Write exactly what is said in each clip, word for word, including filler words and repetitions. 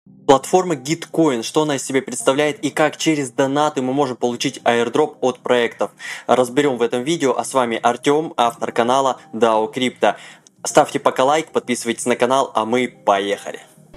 Платформа Gitcoin, что она из себя представляет и как через донаты мы можем получить airdrop от проектов. Разберем в этом видео, а с вами Артем, автор канала дао Crypto. Ставьте пока лайк, подписывайтесь на канал, а мы поехали.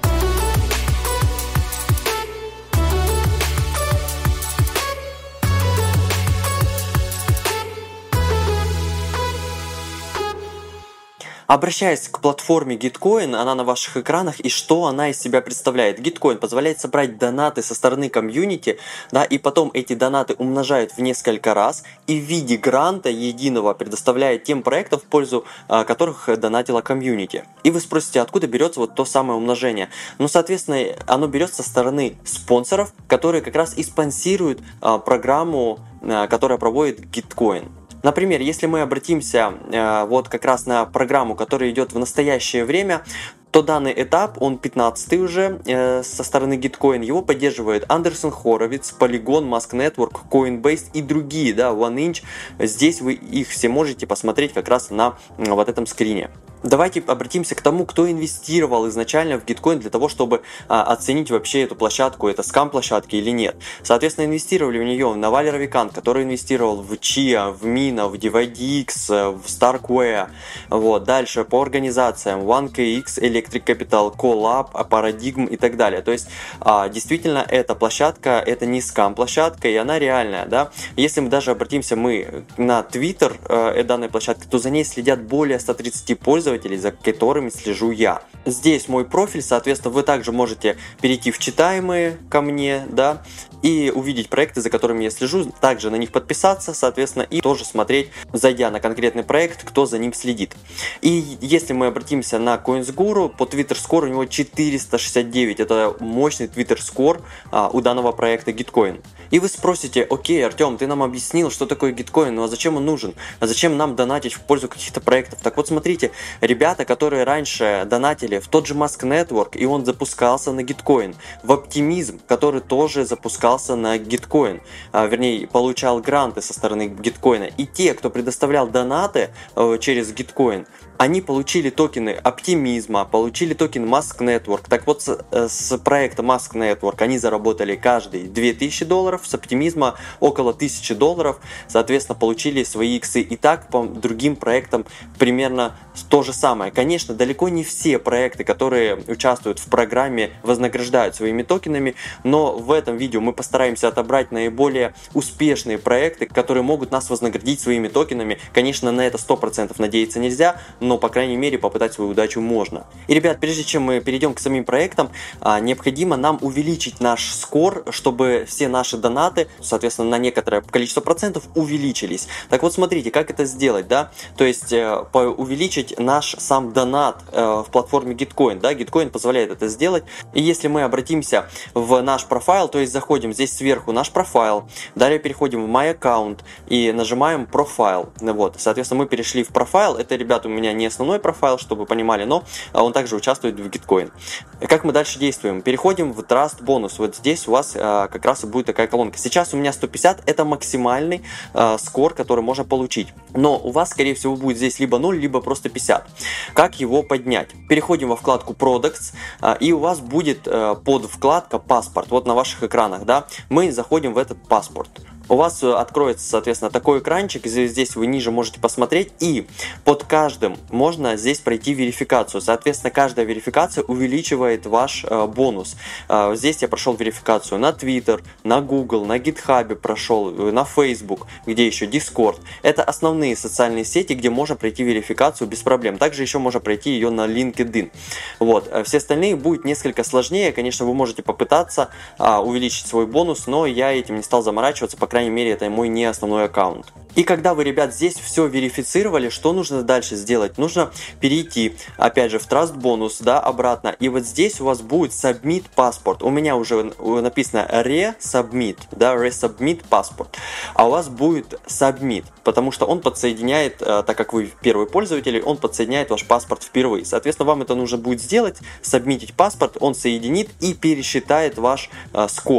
Обращаясь к платформе Gitcoin, она на ваших экранах, и что она из себя представляет. Gitcoin позволяет собрать донаты со стороны комьюнити, да, и потом эти донаты умножает в несколько раз и в виде гранта единого предоставляет тем проектам, в пользу а, которых донатила комьюнити. И вы спросите, откуда берется вот то самое умножение? Ну, соответственно, оно берется со стороны спонсоров, которые как раз и спонсируют а, программу, а, которая проводит Gitcoin. Например, если мы обратимся э, вот как раз на программу, которая идет в настоящее время, то данный этап, он пятнадцатый уже э, со стороны Gitcoin, его поддерживает Андерсон Хоровиц, Polygon, Mask Network, Coinbase и другие, да, OneInch. Здесь вы их все можете посмотреть как раз на э, вот этом скрине. Давайте обратимся к тому, кто инвестировал изначально в Gitcoin для того, чтобы а, оценить вообще эту площадку, это скам-площадка или нет. Соответственно, инвестировали в нее Наваль Равикант, который инвестировал в Chia, в Mina, в DivideX, в Starkware. Вот. Дальше по организациям OneKX, Electric Capital, Collab, Paradigm и так далее. То есть, а, действительно, эта площадка, это не скам-площадка, и она реальная. Да? Если мы даже обратимся мы на Twitter э, данной площадки, то за ней следят более ста тридцати пользователей, за которыми слежу я. Здесь мой профиль, соответственно, вы также можете перейти в читаемые ко мне, да, и увидеть проекты, за которыми я слежу, также на них подписаться, соответственно, и тоже смотреть, зайдя на конкретный проект, кто за ним следит. И если мы обратимся на CoinsGuru, по Twitter Score у него четыреста шестьдесят девять, это мощный Twitter Score а, у данного проекта Gitcoin. И вы спросите, окей, Артем, ты нам объяснил, что такое Gitcoin, ну а зачем он нужен? А зачем нам донатить в пользу каких-то проектов? Так вот, смотрите, ребята, которые раньше донатили в тот же Mask Network, и он запускался на Gitcoin, в Optimism, который тоже запускался на Gitcoin, а, вернее, получал гранты со стороны Gitcoin, и те, кто предоставлял донаты э, через Gitcoin, они получили токены оптимизма, получили токен Mask Network. Так вот, с, с проекта Mask Network они заработали каждый две тысячи долларов, с оптимизма около тысячи долларов, соответственно, получили свои иксы. И так по другим проектам примерно то же самое. Конечно, далеко не все проекты, которые участвуют в программе, вознаграждают своими токенами, но в этом видео мы постараемся отобрать наиболее успешные проекты, которые могут нас вознаградить своими токенами. Конечно, на это сто процентов надеяться нельзя, но, по крайней мере, попытать свою удачу можно. И, ребят, прежде чем мы перейдем к самим проектам, необходимо нам увеличить наш скор, чтобы все наши донаты, соответственно, на некоторое количество процентов увеличились. Так вот, смотрите, как это сделать, да? То есть, увеличить наш сам донат в платформе Gitcoin, да? Gitcoin позволяет это сделать. И если мы обратимся в наш профайл, то есть, заходим здесь сверху наш профайл, далее переходим в My Account и нажимаем Profile. Вот, соответственно, мы перешли в профайл. Это, ребята, у меня не основной профайл, чтобы вы понимали, но он также участвует в Gitcoin. Как мы дальше действуем? Переходим в Trust Bonus. Вот здесь у вас а, как раз и будет такая колонка. Сейчас у меня сто пятьдесят, это максимальный а, скор, который можно получить. Но у вас, скорее всего, будет здесь либо ноль, либо просто пятьдесят. Как его поднять? Переходим во вкладку Products, а, и у вас будет а, под вкладка Паспорт. Вот на ваших экранах, да, мы заходим в этот паспорт. У вас откроется, соответственно, такой экранчик, здесь вы ниже можете посмотреть, и под каждым можно здесь пройти верификацию. Соответственно, каждая верификация увеличивает ваш э, бонус. Э, здесь я прошел верификацию на Twitter, на Google, на GitHub прошел, на Facebook, где еще Discord. Это основные социальные сети, где можно пройти верификацию без проблем. Также еще можно пройти ее на LinkedIn. Вот. Все остальные будет несколько сложнее. Конечно, вы можете попытаться э, увеличить свой бонус, но я этим не стал заморачиваться, по крайней мере, это мой не основной аккаунт. И когда вы, ребят, здесь все верифицировали, что нужно дальше сделать? Нужно перейти, опять же, в Trust Bonus, да, обратно. И вот здесь у вас будет Submit Passport. У меня уже написано Re-Submit, да, Re-Submit Passport. А у вас будет Submit, потому что он подсоединяет, так как вы первый пользователь, он подсоединяет ваш паспорт впервые. Соответственно, вам это нужно будет сделать, сабмитить паспорт, он соединит и пересчитает ваш скор.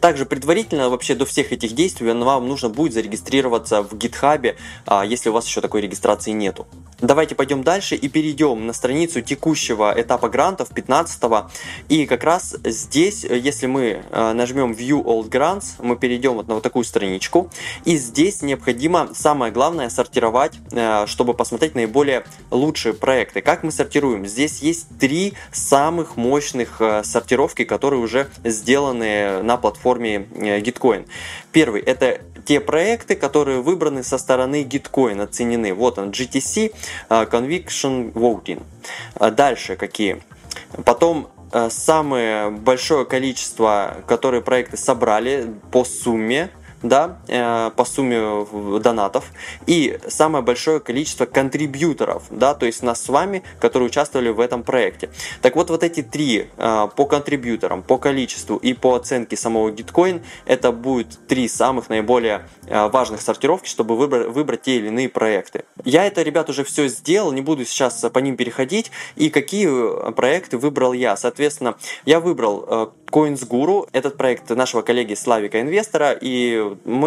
Также предварительно вообще до всех этих действий вам нужно будет зарегистрироваться в GitHub, если у вас еще такой регистрации нету. Давайте пойдем дальше и перейдем на страницу текущего этапа грантов, пятнадцатого. И как раз здесь, если мы нажмем View All Grants, мы перейдем вот на вот такую страничку. И здесь необходимо, самое главное, сортировать, чтобы посмотреть наиболее лучшие проекты. Как мы сортируем? Здесь есть три самых мощных сортировки, которые уже сделаны на платформе Gitcoin. Первый — это те проекты, которые выбраны со стороны Gitcoin, оценены. Вот он, джи ти си Conviction Voting. Дальше какие? Потом самое большое количество, которые проекты собрали по сумме, да, по сумме донатов, и самое большое количество контрибьюторов, да, то есть нас с вами, которые участвовали в этом проекте. Так вот, вот эти три по контрибьюторам, по количеству и по оценке самого Gitcoin, это будет три самых наиболее важных сортировки, чтобы выбрать, выбрать те или иные проекты. Я это, ребят, уже все сделал, не буду сейчас по ним переходить. И какие проекты выбрал я? Соответственно, я выбрал CoinsGuru, этот проект нашего коллеги Славика Инвестора, и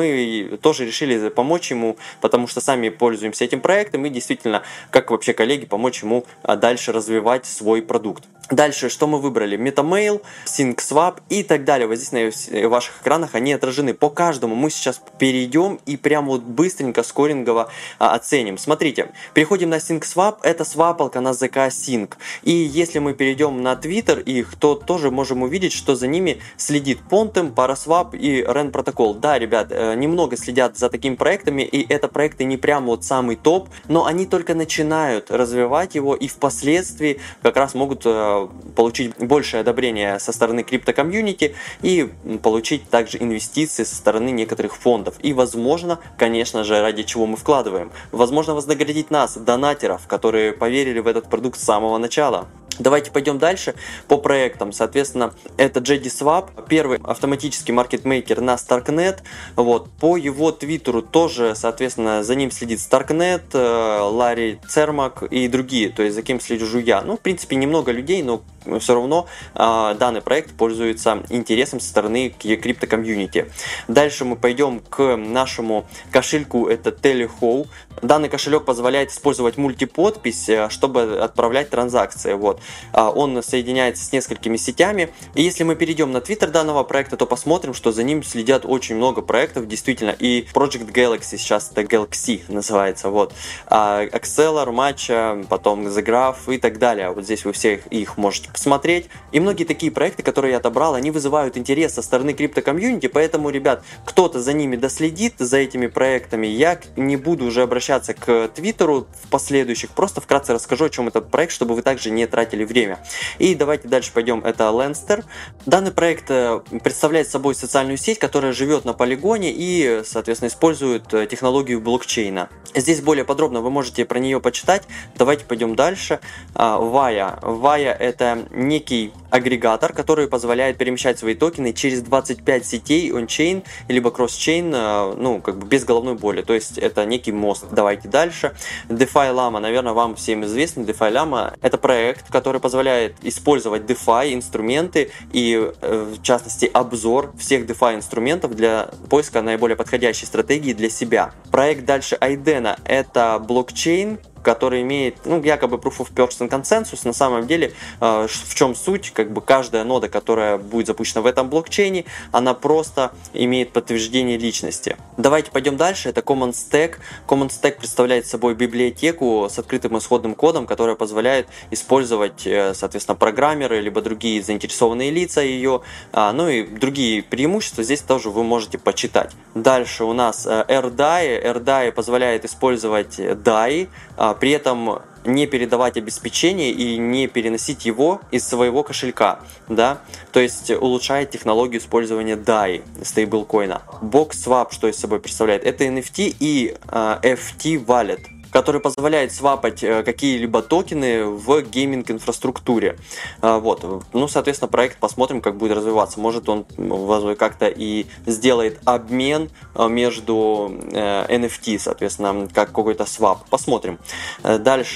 мы тоже решили помочь ему, потому что сами пользуемся этим проектом и действительно, как вообще коллеги, помочь ему дальше развивать свой продукт. Дальше, что мы выбрали? MetaMail, SyncSwap и так далее. Вот здесь на ваших экранах они отражены. По каждому мы сейчас перейдем и прям вот быстренько, скорингово а, оценим. Смотрите, переходим на SyncSwap, это свапалка на зэ ка Sync. И если мы перейдем на Twitter их, то тоже можем увидеть, что за ними следит Pontem, Paraswap и Ren Protocol. Да, ребят, немного следят за такими проектами, и это проекты не прям вот самый топ, но они только начинают развивать его и впоследствии как раз могут получить большее одобрение со стороны крипто-комьюнити и получить также инвестиции со стороны некоторых фондов. И возможно, конечно же, ради чего мы вкладываем, возможно вознаградить нас, донатеров, которые поверили в этот продукт с самого начала. Давайте пойдем дальше по проектам. Соответственно, это джей ди Swap, первый автоматический маркетмейкер на Starknet. Вот. По его твиттеру тоже, соответственно, за ним следит Starknet, Ларри Цермак и другие. То есть за кем слежу я. Ну, в принципе, немного людей, но все равно э, данный проект пользуется интересом со стороны крипто-комьюнити. Дальше мы пойдем к нашему кошельку, это Telehow. Данный кошелек позволяет использовать мультиподпись, чтобы отправлять транзакции. Вот. Он соединяется с несколькими сетями. И если мы перейдем на твиттер данного проекта, то посмотрим, что за ним следят очень много проектов, действительно. И Project Galaxy, сейчас это Galaxy называется. Вот. Accelor, Matcha, потом The Graph и так далее. Вот здесь вы все их можете посмотреть. И многие такие проекты, которые я отобрал, они вызывают интерес со стороны крипто-комьюнити, поэтому, ребят, кто-то за ними доследит, за этими проектами. Я не буду уже обращаться к Твиттеру в последующих, просто вкратце расскажу, о чем этот проект, чтобы вы также не тратили время. И давайте дальше пойдем. Это Lenster. Данный проект представляет собой социальную сеть, которая живет на полигоне и, соответственно, использует технологию блокчейна. Здесь более подробно вы можете про нее почитать. Давайте пойдем дальше. Vaya. Vaya — это некий агрегатор, который позволяет перемещать свои токены через двадцать пять сетей он-чейн либо кросс-чейн, ну, как бы без головной боли. То есть это некий мост. Давайте дальше. DeFi Llama, наверное, вам всем известно. DeFi Llama — это проект, который позволяет использовать DeFi инструменты и, в частности, обзор всех DeFi инструментов для поиска наиболее подходящей стратегии для себя. Проект дальше Aidena — это блокчейн, который имеет, ну, якобы Proof of Person консенсус. На самом деле, э, в чем суть? Как бы каждая нода, которая будет запущена в этом блокчейне, она просто имеет подтверждение личности. Давайте пойдем дальше. Это Common Stack. Common Stack представляет собой библиотеку с открытым исходным кодом, которая позволяет использовать, э, соответственно, программеры, либо другие заинтересованные лица ее, э, ну и другие преимущества здесь тоже вы можете почитать. Дальше у нас э, AirDAI. AirDAI позволяет использовать дай, э, при этом не передавать обеспечение и не переносить его из своего кошелька, да, то есть улучшает технологию использования дай, стейблкоина. BoxSwap, что из собой представляет? Это эн эф ти и э, эф ти Wallet, который позволяет свапать какие-либо токены в гейминг-инфраструктуре. Вот. Ну, соответственно, проект посмотрим, как будет развиваться. Может, он как-то и сделает обмен между эн эф ти, соответственно, как какой-то свап. Посмотрим. Дальше.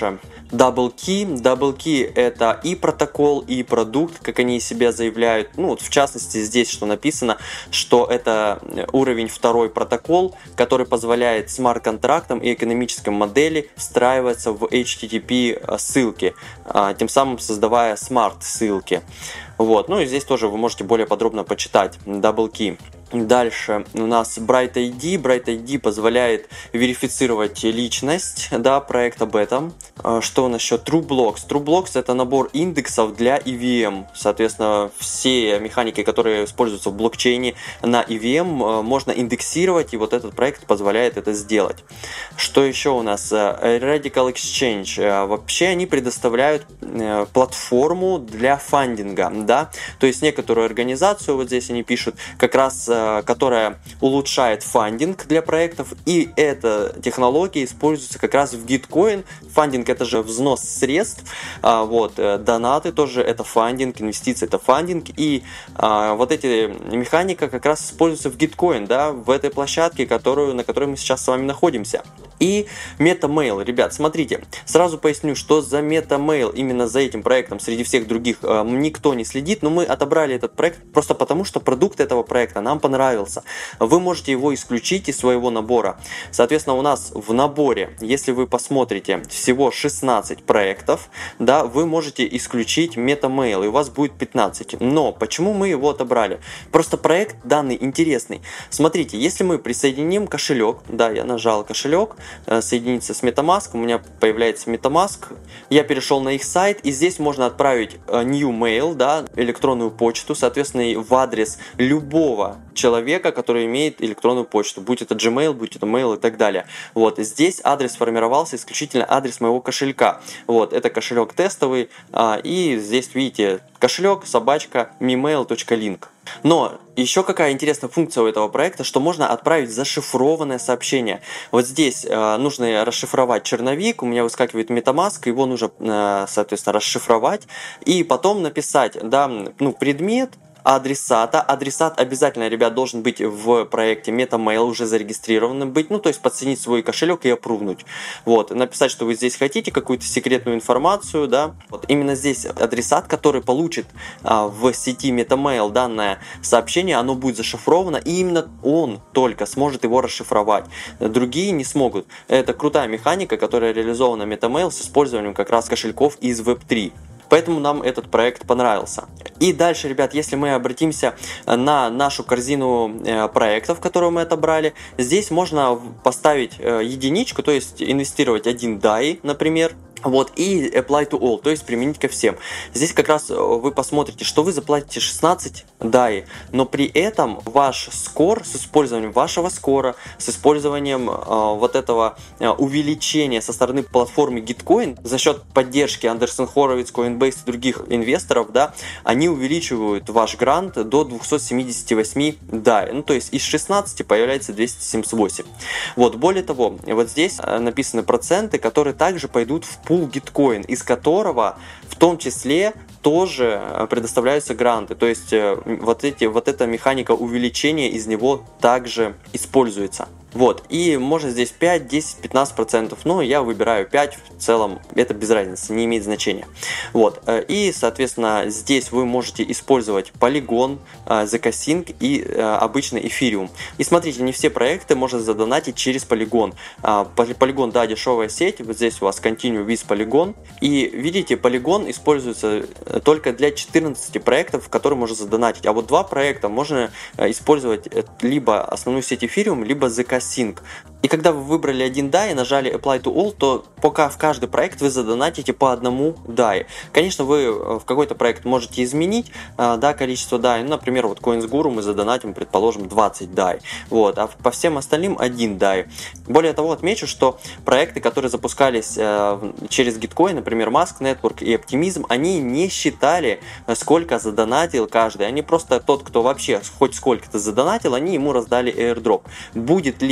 Double Key. Double Key — это и протокол, и продукт, как они себя заявляют. Ну, вот в частности, здесь что написано, что это уровень второй протокол, который позволяет смарт-контрактам и экономической модели встраиваться в эйч ти ти пи ссылки, тем самым создавая смарт-ссылки. Вот. Ну и здесь тоже вы можете более подробно почитать Double Key. Дальше у нас Bright ай ди. Bright ай ди позволяет верифицировать личность, да, проект об этом. Что у нас еще? TrueBlocks. TrueBlocks — это набор индексов для и ви эм. Соответственно, все механики, которые используются в блокчейне на и ви эм, можно индексировать, и вот этот проект позволяет это сделать. Что еще у нас? Radical Exchange. Вообще они предоставляют платформу для фандинга, да, то есть некоторую организацию, вот здесь они пишут, как раз которая улучшает фандинг для проектов, и эта технология используется как раз в Gitcoin. Фандинг — это же взнос средств, вот, донаты тоже — это фандинг, инвестиции — это фандинг, и вот эти механика как раз используются в Gitcoin, да, в этой площадке, которую, на которой мы сейчас с вами находимся. И MetaMail, ребят, смотрите, сразу поясню, что за MetaMail, именно за этим проектом, среди всех других никто не следит, но мы отобрали этот проект просто потому, что продукт этого проекта нам понравился. Вы можете его исключить из своего набора. Соответственно, у нас в наборе, если вы посмотрите, всего шестнадцать проектов, да, вы можете исключить MetaMail, и у вас будет пятнадцать. Но почему мы его отобрали? Просто проект данный интересный. Смотрите, если мы присоединим кошелек, да, я нажал кошелек, соединиться с MetaMask, у меня появляется MetaMask, я перешел на их сайт, и здесь можно отправить new mail, да, электронную почту, соответственно, в адрес любого человека, который имеет электронную почту, будь это Gmail, будь это Mail и так далее. Вот, здесь адрес сформировался исключительно адрес моего кошелька. Вот, это кошелек тестовый, и здесь видите, кошелек собачка мимейл точка линк. Но еще какая интересная функция у этого проекта, что можно отправить зашифрованное сообщение. Вот здесь э, нужно расшифровать черновик, у меня выскакивает MetaMask, его нужно, э, соответственно, расшифровать и потом написать, да, ну, предмет адресата. Адресат обязательно, ребят, должен быть в проекте MetaMail, уже зарегистрированным быть, ну, то есть подсоединить свой кошелек и опрувнуть. Вот, написать, что вы здесь хотите какую-то секретную информацию, да. Вот именно здесь адресат, который получит а, в сети MetaMail данное сообщение, оно будет зашифровано, и именно он только сможет его расшифровать. Другие не смогут. Это крутая механика, которая реализована MetaMail с использованием как раз кошельков из веб три. Поэтому нам этот проект понравился. И дальше, ребят, если мы обратимся на нашу корзину проектов, которые мы отобрали, здесь можно поставить единичку, то есть инвестировать один дай, например. Вот, и apply to all, то есть применить ко всем. Здесь как раз вы посмотрите, что вы заплатите шестнадцать дай, но при этом ваш скор, с использованием вашего скора, с использованием э, вот этого э, увеличения со стороны платформы Gitcoin за счет поддержки Андерсен Хоровиц, Coinbase и других инвесторов, да, они увеличивают ваш грант до двухсот семидесяти восьми дай. Ну, то есть из шестнадцати появляется двести семьдесят восемь. Вот, более того, вот здесь написаны проценты, которые также пойдут в пул Gitcoin, из которого в том числе тоже предоставляются гранты. То есть вот, эти, вот эта механика увеличения из него также используется. Вот, и можно здесь пять, десять, пятнадцать процентов, но я выбираю пять, в целом это без разницы, не имеет значения. Вот, и, соответственно, здесь вы можете использовать Polygon, Zkasync и обычный Ethereum. И смотрите, не все проекты можно задонатить через Polygon. Polygon, да, дешевая сеть, вот здесь у вас Continue with Polygon, и видите, Polygon используется только для четырнадцати проектов, которые можно задонатить, а вот два проекта можно использовать либо основную сеть Ethereum, либо Zkasync. И когда вы выбрали один дай и нажали Apply to All, то пока в каждый проект вы задонатите по одному дай. Конечно, вы в какой-то проект можете изменить, да, количество дай. Ну, например, вот CoinsGuru мы задонатим, предположим, двадцать дай. Вот, а по всем остальным один дай. Более того, отмечу, что проекты, которые запускались через Gitcoin, например, Mask Network и Optimism, они не считали, сколько задонатил каждый. Они просто тот, кто вообще хоть сколько-то задонатил, они ему раздали airdrop. Будет ли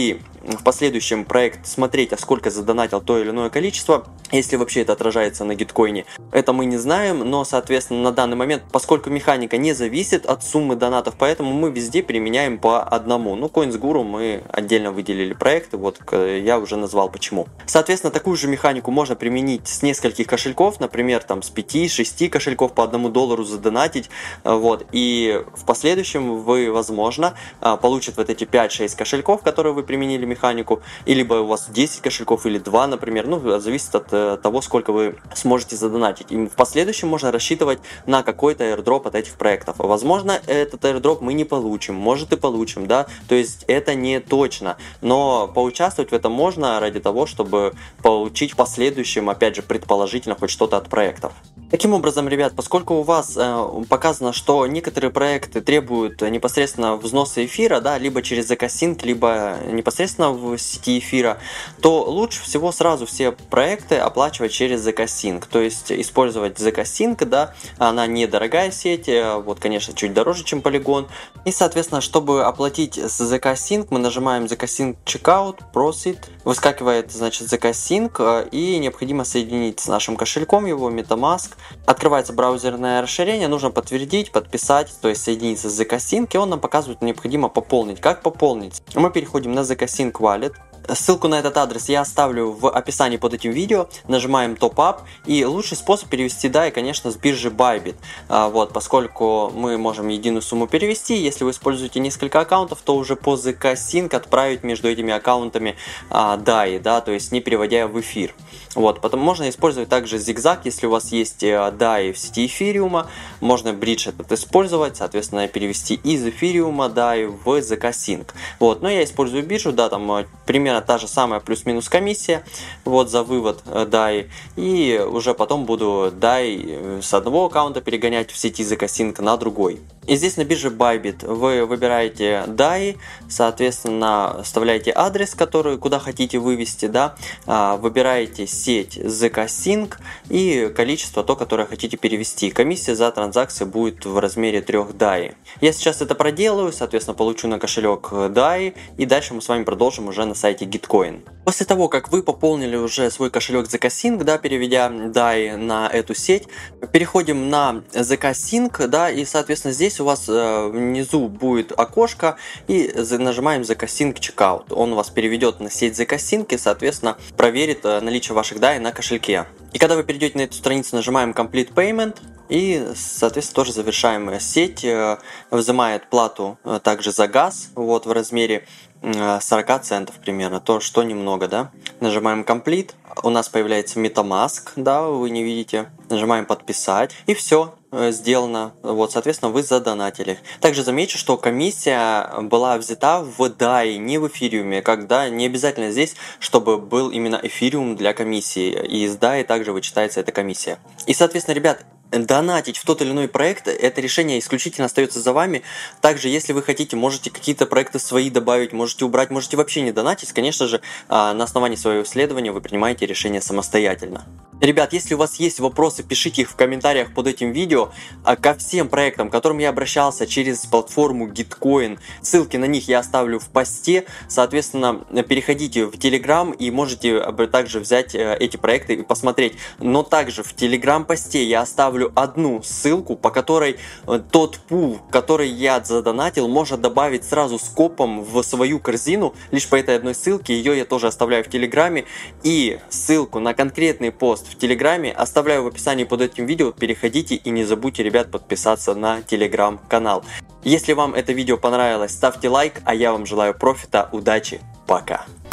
в последующем проект смотреть, а сколько задонатил то или иное количество, если вообще это отражается на гиткоине, это мы не знаем, но, соответственно, на данный момент, поскольку механика не зависит от суммы донатов, поэтому мы везде применяем по одному. Ну, CoinsGuru мы отдельно выделили проекты, вот я уже назвал почему. Соответственно, такую же механику можно применить с нескольких кошельков, например, там с пяти-шести кошельков по одному доллару задонатить, вот, и в последующем вы, возможно, получите вот эти пять-шесть кошельков, которые вы применили механику, и либо у вас десять кошельков или два, например, ну, зависит от того, сколько вы сможете задонатить. И в последующем можно рассчитывать на какой-то airdrop от этих проектов. Возможно, этот airdrop мы не получим, может и получим, да, то есть это не точно, но поучаствовать в этом можно ради того, чтобы получить в последующем, опять же, предположительно хоть что-то от проектов. Таким образом, ребят, поскольку у вас э, показано, что некоторые проекты требуют непосредственно взноса эфира, да, либо через ZK-Sync, либо непосредственно в сети эфира, то лучше всего сразу все проекты оплачивать через ZK-Sync, то есть использовать ZK-Sync, да, она недорогая сеть, вот, конечно, чуть дороже, чем Polygon, и, соответственно, чтобы оплатить с ZK-Sync, мы нажимаем ZK-Sync Checkout, Proceed, выскакивает, значит, ZK-Sync, и необходимо соединить с нашим кошельком его, MetaMask. Открывается браузерное расширение, нужно подтвердить, подписать, то есть соединиться с ZK-Sync, и он нам показывает, необходимо пополнить. Как пополнить? Мы переходим на ZK-Sync Wallet. Ссылку на этот адрес я оставлю в описании под этим видео. Нажимаем Top Up, и лучший способ перевести дай, конечно, с биржи Bybit. А, вот, поскольку мы можем единую сумму перевести, если вы используете несколько аккаунтов, то уже по ZK-Sync отправить между этими аккаунтами а, дай, да, то есть не переводя в эфир. Вот, потом можно использовать также зигзаг, если у вас есть дай в сети эфириума, можно бридж этот использовать, соответственно, перевести из эфириума дай в ZK-Sync. Вот, но я использую биржу, да, там примерно та же самая плюс-минус комиссия, вот, за вывод дай, и уже потом буду дай с одного аккаунта перегонять в сети ZK-Sync на другой. И здесь на бирже Bybit вы выбираете дай, соответственно, вставляете адрес, который куда хотите вывести, да, выбираете сеть ZK-Sync и количество то, которое хотите перевести. Комиссия за транзакцию будет в размере трех дай. Я сейчас это проделаю, соответственно, получу на кошелек дай, и дальше мы с вами продолжим уже на сайте Gitcoin. После того, как вы пополнили уже свой кошелек ZK-Sync, да, переведя дай на эту сеть, переходим на ZK-Sync, да, и, соответственно, здесь у вас э, внизу будет окошко, и нажимаем ZK-Sync Checkout. Он вас переведет на сеть ZK-Sync и, соответственно, проверит э, наличие ваших дай на кошельке. И когда вы перейдете на эту страницу, нажимаем Complete Payment, и, соответственно, тоже завершаем сеть, э, взимает плату э, также за газ, вот, в размере сорок центов примерно, то что немного, да. Нажимаем Complete, у нас появляется MetaMask, да, вы не видите, нажимаем подписать, и все, сделано, вот, соответственно, вы задонатили. Также замечу, что комиссия была взята в дай, не в эфириуме, когда не обязательно здесь, чтобы был именно эфириум для комиссии, и из дай также вычитается эта комиссия. И, соответственно, ребят, донатить в тот или иной проект, это решение исключительно остается за вами. Также, если вы хотите, можете какие-то проекты свои добавить, можете убрать, можете вообще не донатить. Конечно же, на основании своего исследования вы принимаете решение самостоятельно. Ребят, если у вас есть вопросы, пишите их в комментариях под этим видео. Ко всем проектам, к которым я обращался через платформу Gitcoin, ссылки на них я оставлю в посте. Соответственно, переходите в Telegram и можете также взять эти проекты и посмотреть. Но также в Telegram посте я оставлю одну ссылку, по которой тот пул, который я задонатил, можно добавить сразу скопом в свою корзину. Лишь по этой одной ссылке, ее я тоже оставляю в Телеграме. И ссылку на конкретный пост в Телеграме оставляю в описании под этим видео. Переходите и не забудьте, ребят, подписаться на Телеграм-канал. Если вам это видео понравилось, ставьте лайк, а я вам желаю профита, удачи, пока!